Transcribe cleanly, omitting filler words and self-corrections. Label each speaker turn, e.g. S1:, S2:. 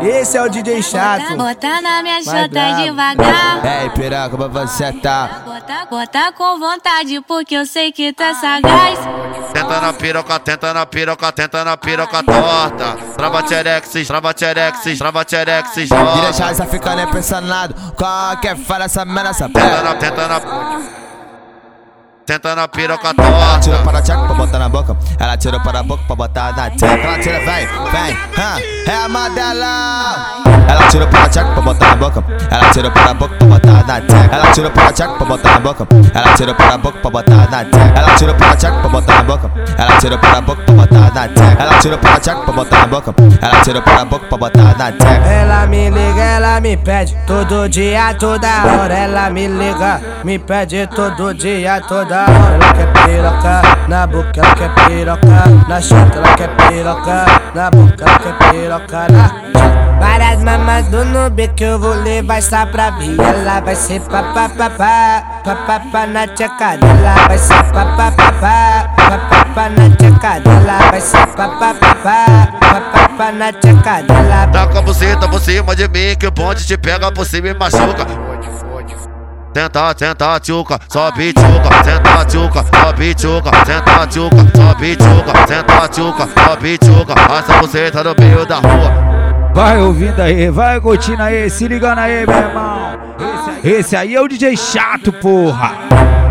S1: Esse é o DJ chato.
S2: Bota na minha chota devagar.
S1: Ei, piroca, como você tá?
S2: Bota com vontade, porque eu sei que tu é sagaz.
S3: Tenta na piroca, tenta na piroca, tenta na piroca torta. Trava xerexes, trava xerexes, trava xerexes.
S1: E deixar essa ficar nem impressionado. Qual que é fala essa merda, essa pé?
S3: Tenta na piroca
S1: Ela tira
S3: torta.
S1: para a tcheca pra botar na boca. Ela tira para a boca pra botar na tcheca. Ela tira, vem, é a Madelão. Ela tira para a tcheca pra botar na boca. Ela tira para a boca pra botar na tcheca. Ela tira para a tcheca pra botar na boca. Ela tira para a boca pra botar na tcheca. Ela tira para a tcheca pra botar na boca. Ela tira para a boca pra botar na tcheca. Ela tira para a tcheca pra botar na boca. Ela tira para a boca pra botar na tcheca. Ela me liga, ela me pede todo dia, toda hora. Ela me liga, me pede todo dia, toda hora. Ela quer piroca, na boca ela quer piroca, na chota ela quer piroca, na boca ela quer piroca, na chota. Várias mamando no bico eu vou levar essa pra vir. Ela vai ser papapá, papapá na tcheca dela. Vai ser papapá, papapá na tcheca dela. Vai ser papapá, papapá na tcheca dela.
S3: Taca a buceta por cima de mim, que o bonde te pega por cima e machuca. Tenta, tchuca, sobe tchuca, tenta tchuca, sobe tchuca, tenta tchuca, sobe tchuca, tenta tchuca, sobe tchuca, essa buceta no meio da rua.
S4: Vai ouvindo aí, vai curtindo aí, se ligando aí, meu irmão. Esse aí é o DJ chato, porra.